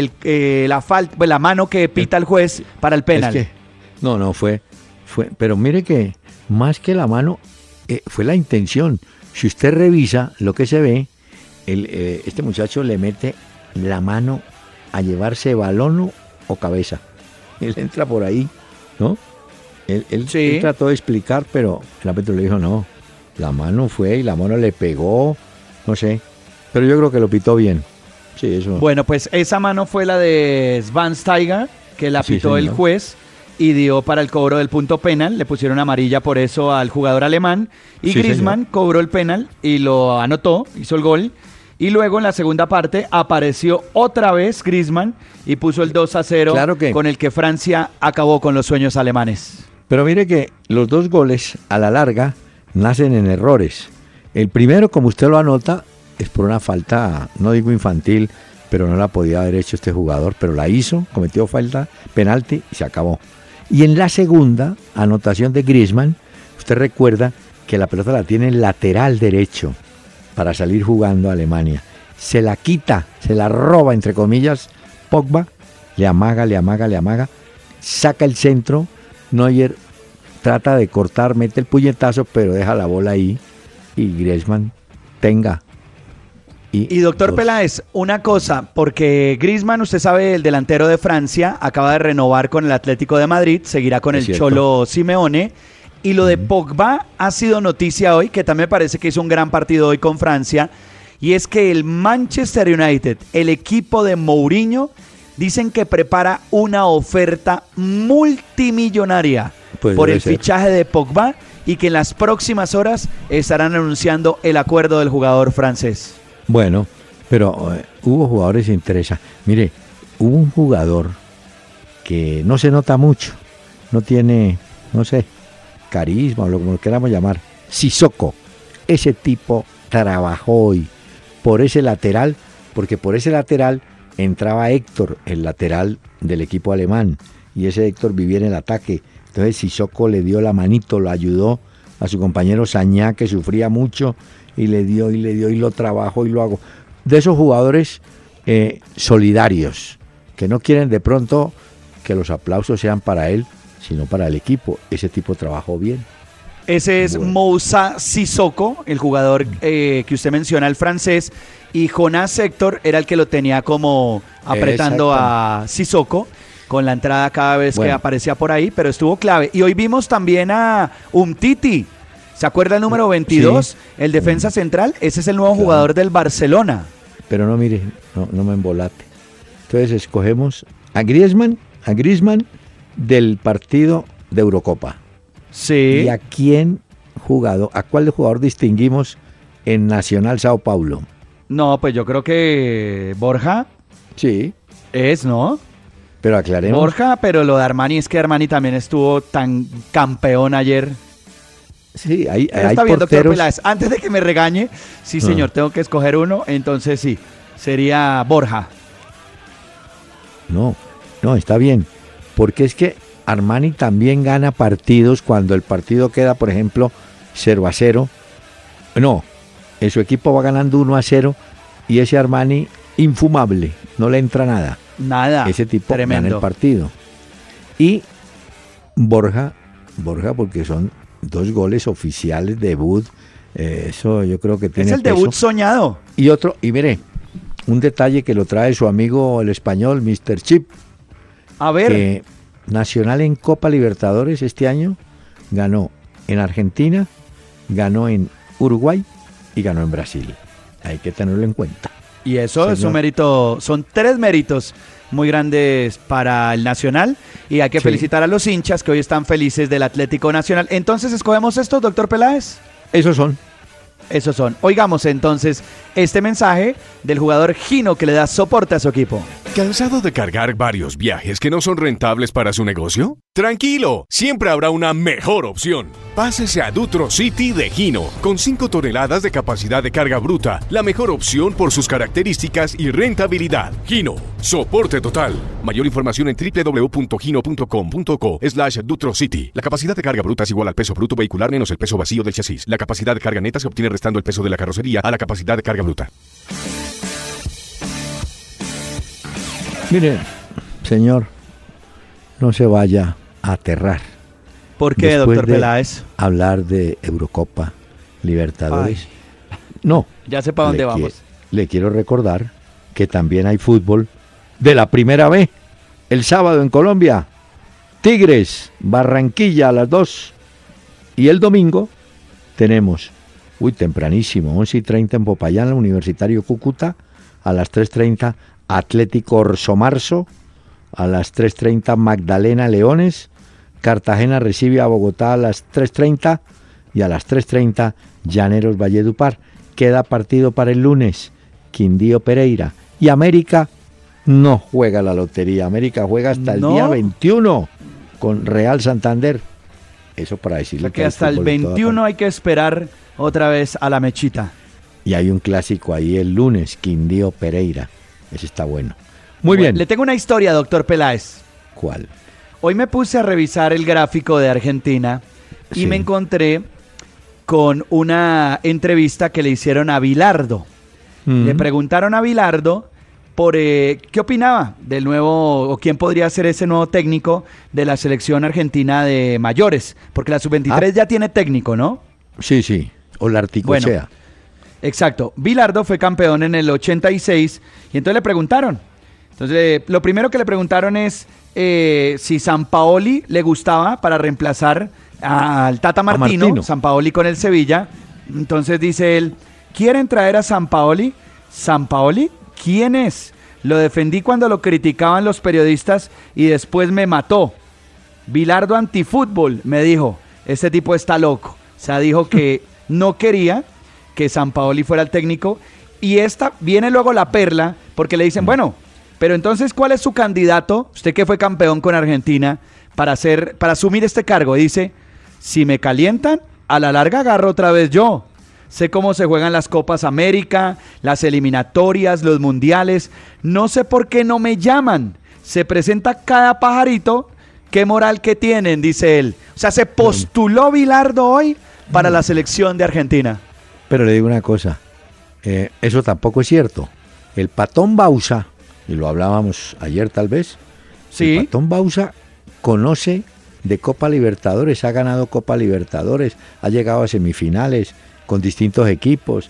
mano que pita el juez para el penal. Es que, no, fue, pero mire que más que la mano, fue la intención. Si usted revisa lo que se ve, este muchacho le mete la mano a llevarse balón o cabeza. Él entra por ahí, ¿no? Él trató de explicar, pero el árbitro le dijo no. La mano fue y la mano le pegó, no sé. Pero yo creo que lo pitó bien. Sí, eso. Bueno, pues esa mano fue la de Schweinsteiger, que la pitó el juez y dio para el cobro del punto penal. Le pusieron amarilla por eso al jugador alemán. Y Griezmann cobró el penal y lo anotó, hizo el gol. Y luego en la segunda parte apareció otra vez Griezmann y puso el 2-0 con el que Francia acabó con los sueños alemanes. Pero mire que los dos goles a la larga nacen en errores. El primero, como usted lo anota, es por una falta, no digo infantil, pero no la podía haber hecho este jugador, pero la hizo, cometió falta, penalti y se acabó. Y en la segunda anotación de Griezmann, usted recuerda que la pelota la tiene en lateral derecho para salir jugando a Alemania. Se la quita, se la roba, entre comillas, Pogba, le amaga, saca el centro, Neuer trata de cortar, mete el puñetazo, pero deja la bola ahí y Griezmann tenga. Y doctor Peláez, una cosa, porque Griezmann, usted sabe, el delantero de Francia, acaba de renovar con el Atlético de Madrid, seguirá con el Cholo Simeone, y lo de Pogba ha sido noticia hoy, que también me parece que hizo un gran partido hoy con Francia, y es que el Manchester United, el equipo de Mourinho, dicen que prepara una oferta multimillonaria por el fichaje de Pogba y que en las próximas horas estarán anunciando el acuerdo del jugador francés. Bueno, pero hubo jugadores interesantes. Mire, hubo un jugador que no se nota mucho, no tiene, no sé, carisma o como lo queramos llamar, Sissoko. Ese tipo trabajó hoy por ese lateral, porque por ese lateral entraba Héctor, el lateral del equipo alemán, y ese Héctor vivía en el ataque. Entonces Sissoko le dio la manito, lo ayudó a su compañero Sagna, que sufría mucho, y le dio y lo trabajó y lo hago. De esos jugadores solidarios, que no quieren de pronto que los aplausos sean para él, sino para el equipo. Ese tipo trabajó bien. Ese es Moussa Sissoko, el jugador que usted menciona, el francés, y Jonás Héctor era el que lo tenía como apretando a Sissoko con la entrada cada vez que aparecía por ahí, pero estuvo clave. Y hoy vimos también a Umtiti. ¿Se acuerda el número 22? Sí. El defensa central. Ese es el nuevo jugador del Barcelona. Pero no, mire, no me embolate. Entonces escogemos a Griezmann del partido de Eurocopa. Sí. ¿Y a cuál jugador distinguimos en Nacional Sao Paulo? No, pues yo creo que Borja. Sí. ¿No? Pero aclaremos. Borja, pero lo de Armani es que Armani también estuvo tan campeón ayer. Sí, hay está bien, porteros. Doctor Peláez. Antes de que me regañe, sí, señor, tengo que escoger uno, entonces sí, sería Borja. No, está bien, porque es que Armani también gana partidos cuando el partido queda, por ejemplo, 0-0. No, en su equipo va ganando 1-0 y ese Armani infumable, no le entra nada. Nada. Ese tipo tremendo. Gana el partido. Y Borja, porque son 2 goles oficiales, debut, eso yo creo que tiene Es el peso. debut soñado. Y mire, un detalle que lo trae su amigo el español, Mr. Chip. A ver. Que Nacional en Copa Libertadores este año ganó en Argentina, ganó en Uruguay y ganó en Brasil. Hay que tenerlo en cuenta. Y eso es un mérito, son 3 méritos muy grandes para el Nacional y hay que felicitar a los hinchas que hoy están felices del Atlético Nacional. Entonces, ¿escogemos estos, doctor Peláez? Esos son. Oigamos entonces este mensaje del jugador Gino que le da soporte a su equipo. ¿Cansado de cargar varios viajes que no son rentables para su negocio? Tranquilo, siempre habrá una mejor opción. Pásese a Dutro City de Gino, con 5 toneladas de capacidad de carga bruta, la mejor opción por sus características y rentabilidad. Gino, soporte total. Mayor información en www.gino.com.co/Dutro City. La capacidad de carga bruta es igual al peso bruto vehicular menos el peso vacío del chasis. La capacidad de carga neta se obtiene restando el peso de la carrocería a la capacidad de carga bruta. Mire, señor, no se vaya a aterrar. ¿Por qué, Después doctor de Peláez? Hablar de Eurocopa, Libertadores. No. Ya sé para dónde vamos. Le quiero recordar que también hay fútbol de la primera B. El sábado en Colombia, Tigres, Barranquilla a las 2. Y el domingo tenemos, tempranísimo, 11:30 en Popayán, Universitario Cúcuta, a las 3:30 Atlético Orsomarzo, a las 3:30 Magdalena Leones, Cartagena recibe a Bogotá a las 3:30 y a las 3:30 Llaneros Valledupar. Queda partido para el lunes, Quindío Pereira. Y América no juega la lotería, América juega hasta el día 21 con Real Santander. Eso para decirle que hasta el 21 hay que esperar otra vez a la mechita. Y hay un clásico ahí el lunes, Quindío Pereira. Ese está bueno. Muy bien. Le tengo una historia, doctor Peláez. ¿Cuál? Hoy me puse a revisar el gráfico de Argentina y me encontré con una entrevista que le hicieron a Bilardo. Le preguntaron a Bilardo por qué opinaba del nuevo, o quién podría ser ese nuevo técnico de la selección argentina de mayores, porque la sub-23 ya tiene técnico, ¿no? Sí, o la Articosea. Exacto. Bilardo fue campeón en el 86 y entonces le preguntaron. Entonces, lo primero que le preguntaron es si Sampaoli le gustaba para reemplazar al Tata Martino. Sampaoli con el Sevilla. Entonces dice él, ¿quieren traer a Sampaoli? ¿Sampaoli? ¿Quién es? Lo defendí cuando lo criticaban los periodistas y después me mató. Bilardo antifútbol, me dijo. Este tipo está loco. O sea, dijo que no quería que Sampaoli fuera el técnico. Y viene luego la perla, porque le dicen, bueno, pero entonces, ¿cuál es su candidato? Usted que fue campeón con Argentina, para asumir este cargo. Dice, si me calientan, a la larga agarro otra vez yo. Sé cómo se juegan las Copas América, las eliminatorias, los mundiales. No sé por qué no me llaman. Se presenta cada pajarito. Qué moral que tienen, dice él. O sea, se postuló Bilardo hoy para la selección de Argentina. Pero le digo una cosa. Eso tampoco es cierto. El Patón Bausa, y lo hablábamos ayer tal vez, sí. El Patón Bausa conoce de Copa Libertadores, ha ganado Copa Libertadores, ha llegado a semifinales con distintos equipos.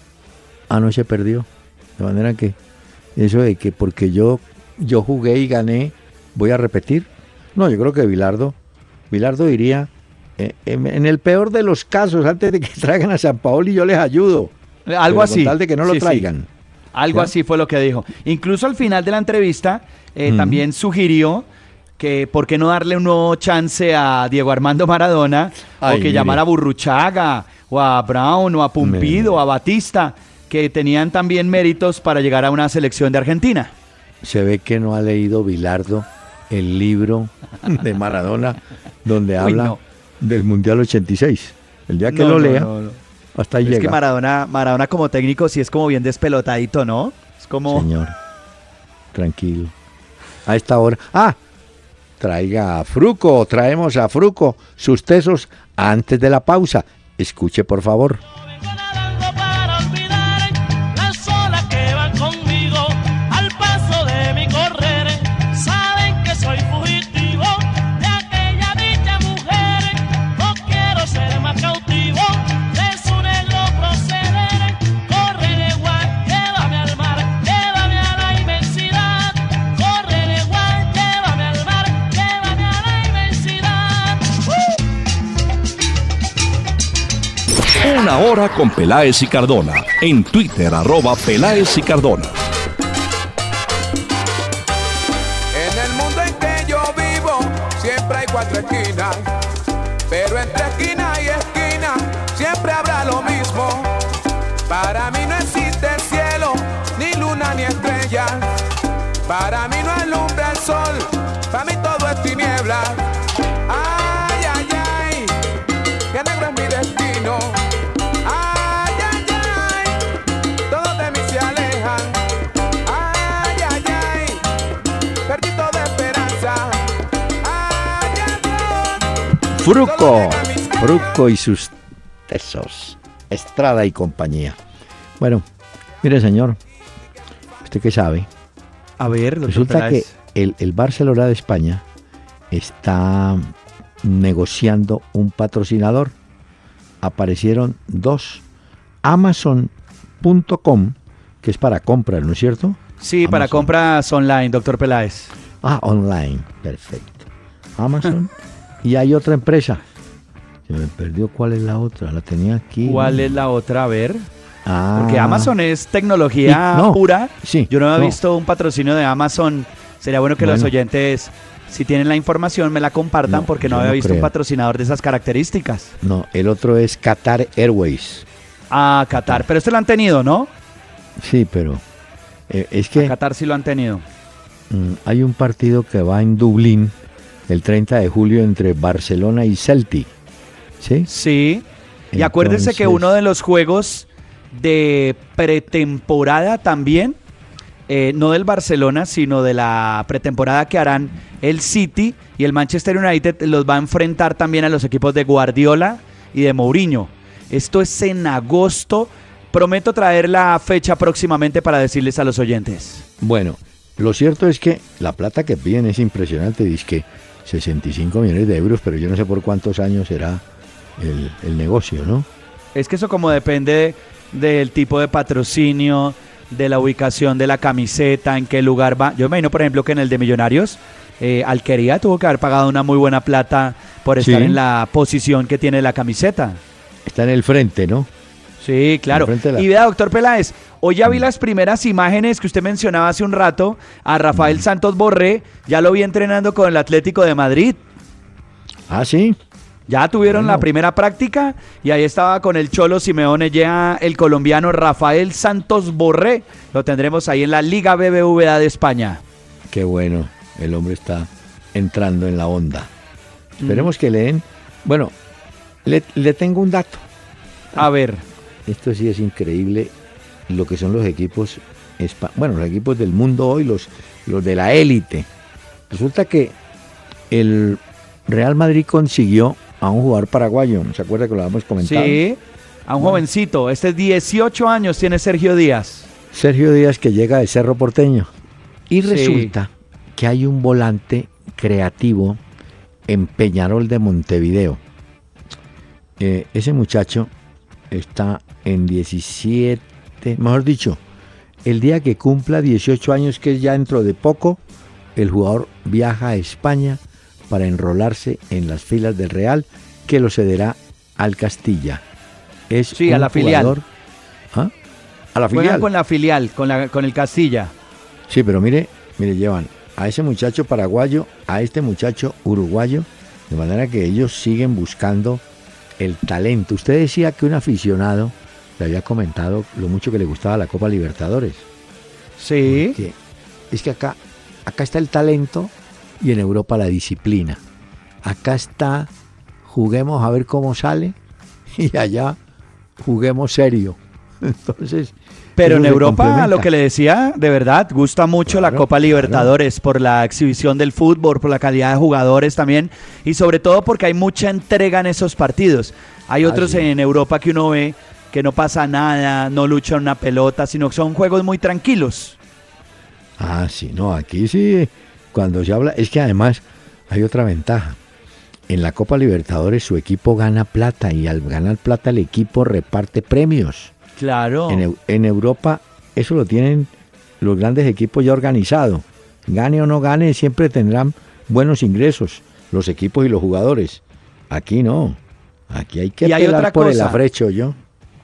No se perdió. De manera que eso de que porque yo jugué y gané, voy a repetir. No, yo creo que Bilardo diría, en el peor de los casos, antes de que traigan a Sampaoli, yo les ayudo. Algo así. Con tal de que no lo traigan. Sí. Algo así fue lo que dijo. Incluso al final de la entrevista también sugirió que por qué no darle un nuevo chance a Diego Armando Maradona, o que llamara a Burruchaga, o a Brown, o a Pumpido, o a Batista, que tenían también méritos para llegar a una selección de Argentina. Se ve que no ha leído Bilardo el libro de Maradona donde habla del Mundial 86. El día que lo lea, hasta ahí llega. Es que Maradona como técnico sí es como bien despelotadito, ¿no? Es como... Señor, tranquilo. A esta hora... traiga a Fruco, traemos a Fruco sus tesos antes de la pausa. Escuche, por favor. Una hora con Peláez y Cardona. En Twitter, @Peláez y Cardona. En el mundo en que yo vivo, siempre hay cuatro esquinas. Pero entre esquina y esquina, siempre habrá lo mismo. Para mí no existe cielo, ni luna, ni estrellas. Para mí no alumbra el sol, para mí todo es tiniebla. Ay, ay, ay, qué negro es mi destino. Ay, ay, ay, todos de mí se alejan. Ay, ay, ay, perdí toda esperanza. Ay, ay, Fruco y sus tesos. Estrada y compañía. Bueno, mire, señor, ¿usted qué sabe? A ver, doctor Resulta Peláez. que el Barcelona de España está negociando un patrocinador. Aparecieron dos. Amazon.com, que es para compras, ¿no es cierto? Sí, para Amazon. compras online, doctor Peláez. Ah, online, perfecto. Amazon. Y hay otra empresa. Se me perdió cuál es la otra. La tenía aquí. ¿Cuál es la otra? A ver. Ah. Porque Amazon es tecnología Sí, no, pura. sí, Yo no había no. visto un patrocinio de Amazon. Sería bueno que los Bueno. oyentes, si tienen la información, me la compartan, No, porque no yo había no visto un creo. patrocinador de esas características. No, el otro es Qatar Airways. Ah, Qatar. Pero este lo han tenido, ¿no? Sí, pero es A que Qatar sí lo han tenido. hay un partido que va en Dublín el 30 de julio entre Barcelona y Celtic. ¿Sí? Sí. Y acuérdese que Entonces- uno de los juegos de pretemporada también, no del Barcelona, sino de la pretemporada que harán el City y el Manchester United, los va a enfrentar también a los equipos de Guardiola y de Mourinho. Esto es en agosto. Prometo traer la fecha próximamente para decirles a los oyentes. Bueno, lo cierto es que la plata que piden es impresionante. Dice que 65 millones de euros, pero yo no sé por cuántos años será el negocio, ¿no? Es que eso como depende del tipo de patrocinio, de la ubicación de la camiseta, en qué lugar va. Yo me imagino, por ejemplo, que en el de Millonarios, Alquería tuvo que haber pagado una muy buena plata por estar Sí. en la posición que tiene la camiseta. Está en el frente, ¿no? Sí, claro. Enfrente de la- Y vea, doctor Peláez, hoy ya vi las primeras imágenes que usted mencionaba hace un rato a Rafael Santos Borré, ya lo vi entrenando con el Atlético de Madrid. Ah, sí. Ya tuvieron Bueno. la primera práctica y ahí estaba con el Cholo Simeone ya el colombiano Rafael Santos Borré. Lo tendremos ahí en la Liga BBVA de España. Qué bueno. El hombre está entrando en la onda. Esperemos que le den. Bueno, le tengo un dato. A ver, Esto sí es increíble lo que son los equipos, los equipos del mundo hoy, los de la élite. Resulta que el Real Madrid consiguió a un jugador paraguayo, ¿no se acuerda que lo habíamos comentado? sí, a un jovencito. Este 18 años tiene Sergio Díaz. Sergio Díaz, que llega de Cerro Porteño. Y Sí. resulta que hay un volante creativo en Peñarol de Montevideo. Ese muchacho está en 17, mejor dicho, el día que cumpla 18 años, que es ya dentro de poco, el jugador viaja a España para enrolarse en las filas del Real, que lo cederá al Castilla. Es Sí, a un la filial. jugador- ¿Ah? A la Juegan filial. con la filial, con el Castilla. Sí, pero mire, llevan a ese muchacho paraguayo, a este muchacho uruguayo, de manera que ellos siguen buscando el talento. Usted decía que un aficionado le había comentado lo mucho que le gustaba la Copa Libertadores. Sí. Que es que acá está el talento y en Europa la disciplina. Acá está, juguemos a ver cómo sale, y allá juguemos serio. Entonces, Pero eso en se Europa, complementa. lo que le decía, de verdad, gusta mucho la Claro, Copa Libertadores por la exhibición del fútbol, por la calidad de jugadores también y sobre todo porque hay mucha entrega en esos partidos. Hay otros sí. en Europa que uno ve que no pasa nada, no luchan una pelota, sino que son juegos muy tranquilos. Ah, sí, no, aquí sí, cuando se habla, es que además hay otra ventaja. En la Copa Libertadores su equipo gana plata y al ganar plata el equipo reparte premios. Claro. En Europa eso lo tienen los grandes equipos ya organizado. Gane o no gane, siempre tendrán buenos ingresos los equipos y los jugadores. Aquí no. Aquí hay que Y hay pelar otra por el cosa. afrecho, yo.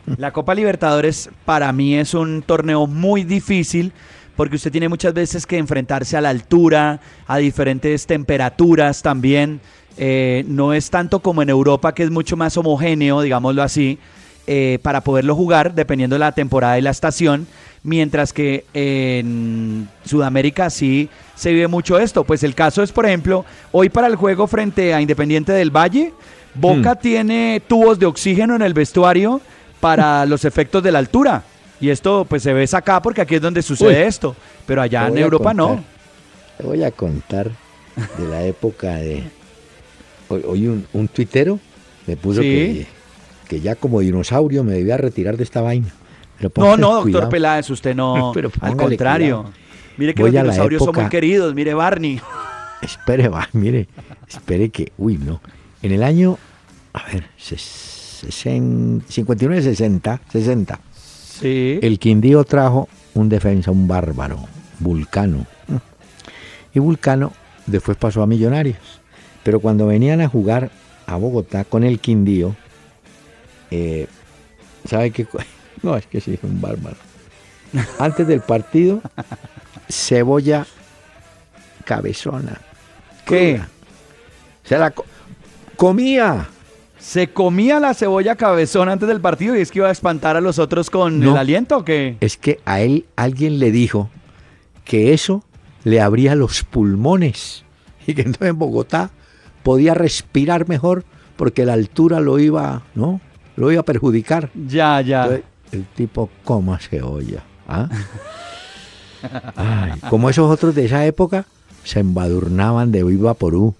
La Copa Libertadores para mí es un torneo muy difícil porque usted tiene muchas veces que enfrentarse a la altura, a diferentes temperaturas también. No es tanto como en Europa, que es mucho más homogéneo, digámoslo así, para poderlo jugar dependiendo de la temporada y la estación, mientras que en Sudamérica sí se vive mucho esto. Pues el caso es, por ejemplo, hoy para el juego frente a Independiente del Valle, Boca tiene tubos de oxígeno en el vestuario para los efectos de la altura. Y esto pues se ve acá porque aquí es donde sucede esto. Pero allá en Europa no. Te voy a contar de la época de... Hoy un tuitero me puso que ya como dinosaurio me debía retirar de esta vaina. No, doctor Peláez, usted no. Al contrario. Cuidado. Mire que los dinosaurios son muy queridos. Mire Barney. Espere que... Uy, no. En el año... A ver, 59-60. Sí. El Quindío trajo un defensa, un bárbaro, Vulcano. Y Vulcano después pasó a Millonarios. Pero cuando venían a jugar a Bogotá con el Quindío, ¿sabe qué? No, es que sí, es un bárbaro. Antes del partido, cebolla cabezona. ¿Qué? Se la comía. ¿Se comía la cebolla cabezona antes del partido y es que iba a espantar a los otros con el aliento o qué? Es que a él alguien le dijo que eso le abría los pulmones y que entonces en Bogotá podía respirar mejor porque la altura lo iba a perjudicar. Ya. Entonces, el tipo coma cebolla. ¿Ah? Ay, como esos otros de esa época se embadurnaban de Viva Porú.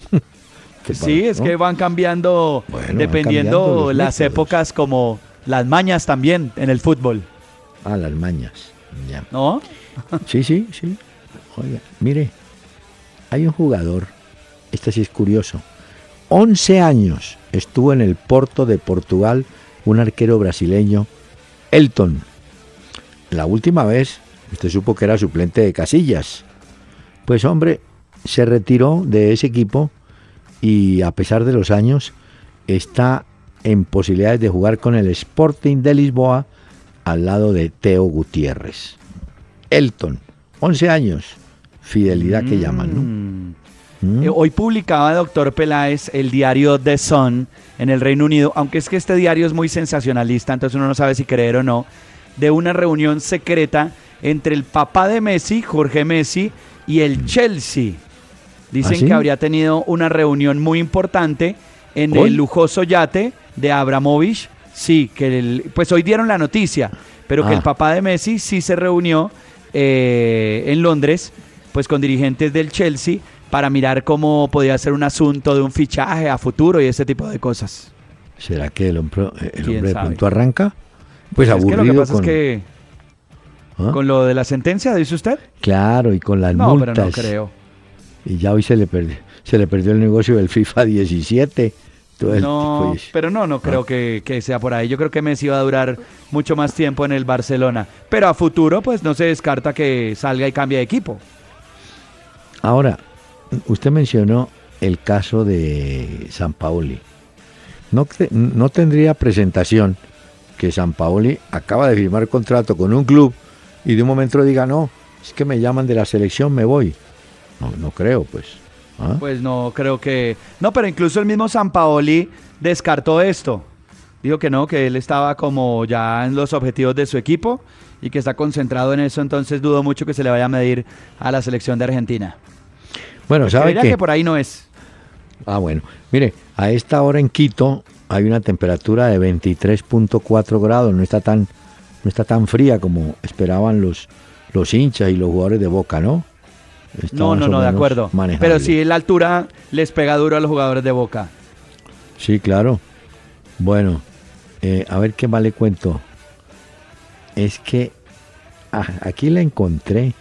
Sí, es que van cambiando, dependiendo las épocas, como las mañas también en el fútbol. Ah, las mañas, ya. ¿No? Sí. Oiga, mire, hay un jugador, este sí es curioso, 11 años estuvo en el Porto de Portugal, un arquero brasileño, Elton. La última vez, usted supo que era suplente de Casillas. Pues hombre, se retiró de ese equipo y a pesar de los años está en posibilidades de jugar con el Sporting de Lisboa al lado de Teo Gutiérrez. Elton, 11 años, fidelidad que llaman, ¿no? Hoy publicaba, doctor Peláez, el diario The Sun en el Reino Unido, aunque es que este diario es muy sensacionalista, entonces uno no sabe si creer o no, de una reunión secreta entre el papá de Messi, Jorge Messi, y el Chelsea. Dicen que habría tenido una reunión muy importante en el lujoso yate de Abramovich. Sí, que pues hoy dieron la noticia, pero que el papá de Messi sí se reunió en Londres, pues con dirigentes del Chelsea para mirar cómo podía ser un asunto de un fichaje a futuro y ese tipo de cosas. ¿Será que el hombre de pronto arranca? Pues aburrido. Es que lo que pasa es que con lo de la sentencia, ¿dice usted? Claro, y con las multas. No, pero no creo. Y ya hoy se le perdió el negocio del FIFA 17. Pero no creo que sea por ahí. Yo creo que Messi va a durar mucho más tiempo en el Barcelona. Pero a futuro, pues no se descarta que salga y cambie de equipo. Ahora, usted mencionó el caso de Sampaoli. No tendría presentación que Sampaoli acaba de firmar contrato con un club y de un momento diga, no, es que me llaman de la selección, me voy. No creo, pues. ¿Ah? Pues no, creo que... No, pero incluso el mismo Sampaoli descartó esto. Dijo que no, que él estaba como ya en los objetivos de su equipo y que está concentrado en eso, entonces dudo mucho que se le vaya a medir a la selección de Argentina. Bueno, ¿sabe qué? Que por ahí no es. Ah, bueno. Mire, a esta hora en Quito hay una temperatura de 23.4 grados, no está tan fría como esperaban los hinchas y los jugadores de Boca, ¿no? No, de acuerdo. Manejable. Pero sí, la altura les pega duro a los jugadores de Boca. Sí, claro. Bueno, a ver qué más le cuento. Es que aquí la encontré.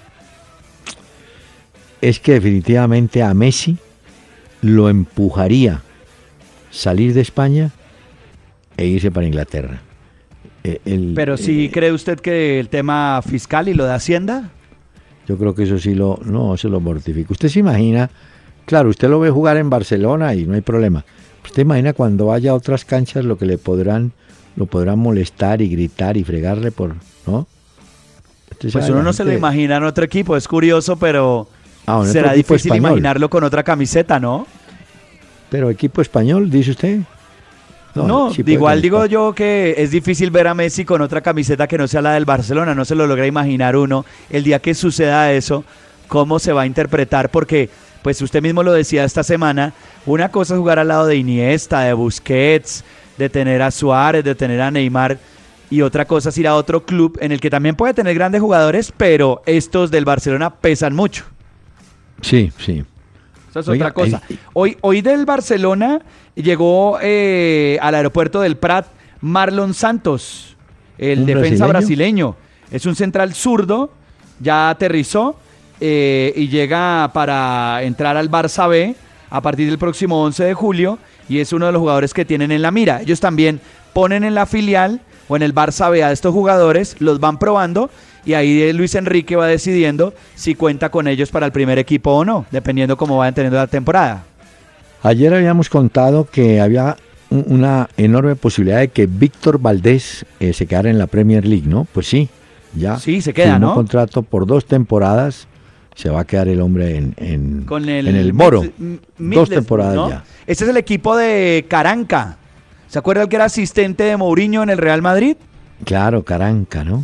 Es que definitivamente a Messi lo empujaría salir de España e irse para Inglaterra. Pero sí, ¿cree usted que el tema fiscal y lo de Hacienda? Yo creo que eso sí se lo mortifica. Usted se imagina, claro, usted lo ve jugar en Barcelona y no hay problema. Usted imagina cuando vaya a otras canchas lo que lo podrán molestar y gritar y fregarle por, ¿no? Pues uno no se lo imagina en otro equipo, es curioso, pero será difícil español. Imaginarlo con otra camiseta, ¿no? Pero equipo español, dice usted. No, sí igual digo yo que es difícil ver a Messi con otra camiseta que no sea la del Barcelona, no se lo logra imaginar uno. El día que suceda eso, ¿cómo se va a interpretar? Porque, pues usted mismo lo decía esta semana, una cosa es jugar al lado de Iniesta, de Busquets, de tener a Suárez, de tener a Neymar, y otra cosa es ir a otro club en el que también puede tener grandes jugadores, pero estos del Barcelona pesan mucho. Sí, sí. Esa es otra cosa. Hoy del Barcelona llegó al aeropuerto del Prat Marlon Santos, el defensa brasileño. Es un central zurdo, ya aterrizó y llega para entrar al Barça B a partir del próximo 11 de julio y es uno de los jugadores que tienen en la mira. Ellos también ponen en la filial o en el Barça B a estos jugadores, los van probando y ahí Luis Enrique va decidiendo si cuenta con ellos para el primer equipo o no, dependiendo cómo vayan teniendo la temporada. Ayer habíamos contado que había una enorme posibilidad de que Víctor Valdés se quedara en la Premier League, ¿no? Pues sí, ya sí, se queda, ¿no? Un contrato por 2 temporadas, se va a quedar el hombre en el Boro. 2 temporadas, ¿no? Ya. Este es el equipo de Caranca. ¿Se acuerda el que era asistente de Mourinho en el Real Madrid? Claro, Caranca, ¿no?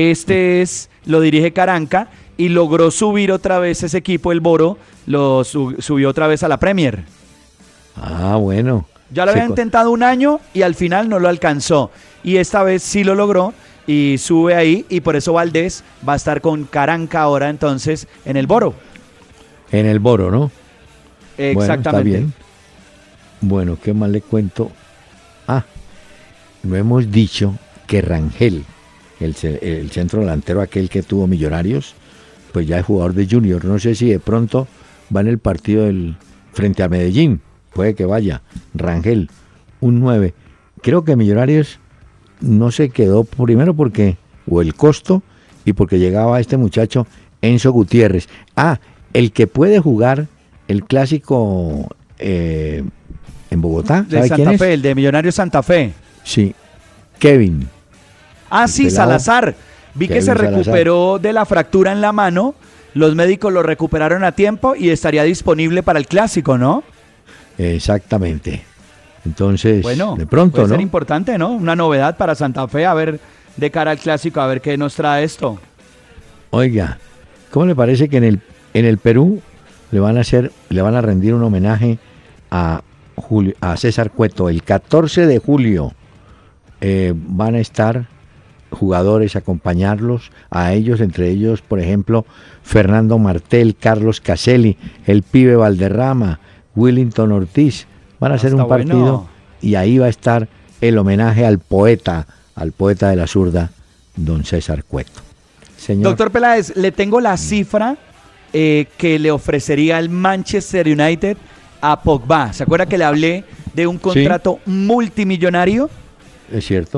Lo dirige Caranca y logró subir otra vez ese equipo, el Boro, lo subió otra vez a la Premier. Ah, bueno. Ya lo había intentado un año y al final no lo alcanzó. Y esta vez sí lo logró y sube ahí y por eso Valdés va a estar con Caranca ahora entonces en el Boro. En el Boro, ¿no? Exactamente. Bueno, está bien. Bueno, ¿qué más le cuento? No hemos dicho que Rangel, el centro delantero aquel que tuvo Millonarios, pues ya es jugador de Junior. No sé si de pronto va en el partido frente a Medellín. Puede que vaya. Rangel, un 9. Creo que Millonarios no se quedó primero porque, o el costo, y porque llegaba este muchacho Enzo Gutiérrez. El que puede jugar el clásico en Bogotá. De Santa Fe, el de Millonarios Santa Fe. Sí, Kevin. Sí, Salazar. Vi que se recuperó de la fractura en la mano. Los médicos lo recuperaron a tiempo y estaría disponible para el clásico, ¿no? Exactamente. Entonces, bueno, de pronto, puede ¿no? ser importante, ¿no? Una novedad para Santa Fe, a ver, de cara al clásico, a ver qué nos trae esto. Oiga, ¿cómo le parece que en el Perú le van a rendir un homenaje a César Cueto? El 14 de julio van a estar jugadores, acompañarlos a ellos, entre ellos, por ejemplo, Fernando Martel, Carlos Caselli, el Pibe Valderrama, Willington Ortiz. Van a hacer un partido bueno. Y ahí va a estar el homenaje al poeta de la zurda, don César Cueto. Señor. Doctor Peláez, le tengo la cifra que le ofrecería el Manchester United a Pogba. ¿Se acuerda que le hablé de un contrato multimillonario? Es cierto.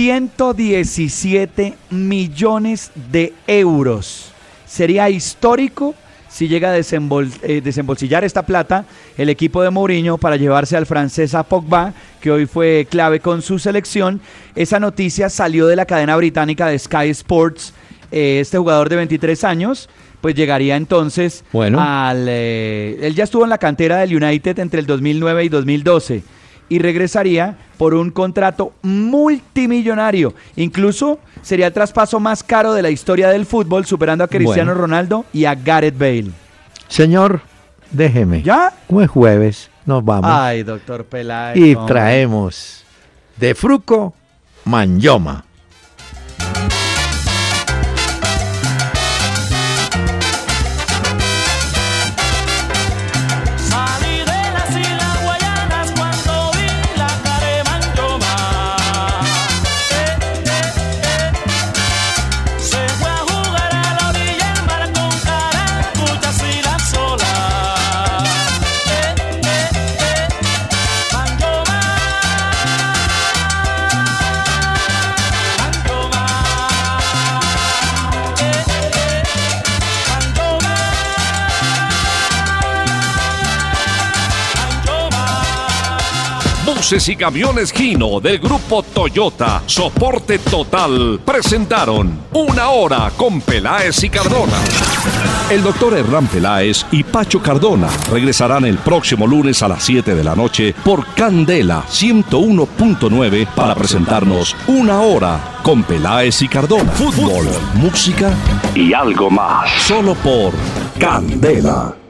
117 millones de euros. Sería histórico si llega a desembolsillar esta plata el equipo de Mourinho para llevarse al francés a Pogba, que hoy fue clave con su selección. Esa noticia salió de la cadena británica de Sky Sports. Este jugador de 23 años, pues llegaría entonces él ya estuvo en la cantera del United entre el 2009 y 2012 y regresaría por un contrato multimillonario. Incluso sería el traspaso más caro de la historia del fútbol, superando a Cristiano Ronaldo y a Gareth Bale. Señor, déjeme. ¿Ya? Como es jueves, nos vamos. Ay, doctor Peláez. Y traemos de Fruco, Manyoma. Buses y Camiones Gino del Grupo Toyota, Soporte Total, presentaron Una Hora con Peláez y Cardona. El doctor Hernán Peláez y Pacho Cardona regresarán el próximo lunes a las 7 de la noche por Candela 101.9 para presentarnos Una Hora con Peláez y Cardona. Fútbol, música y algo más. Solo por Candela.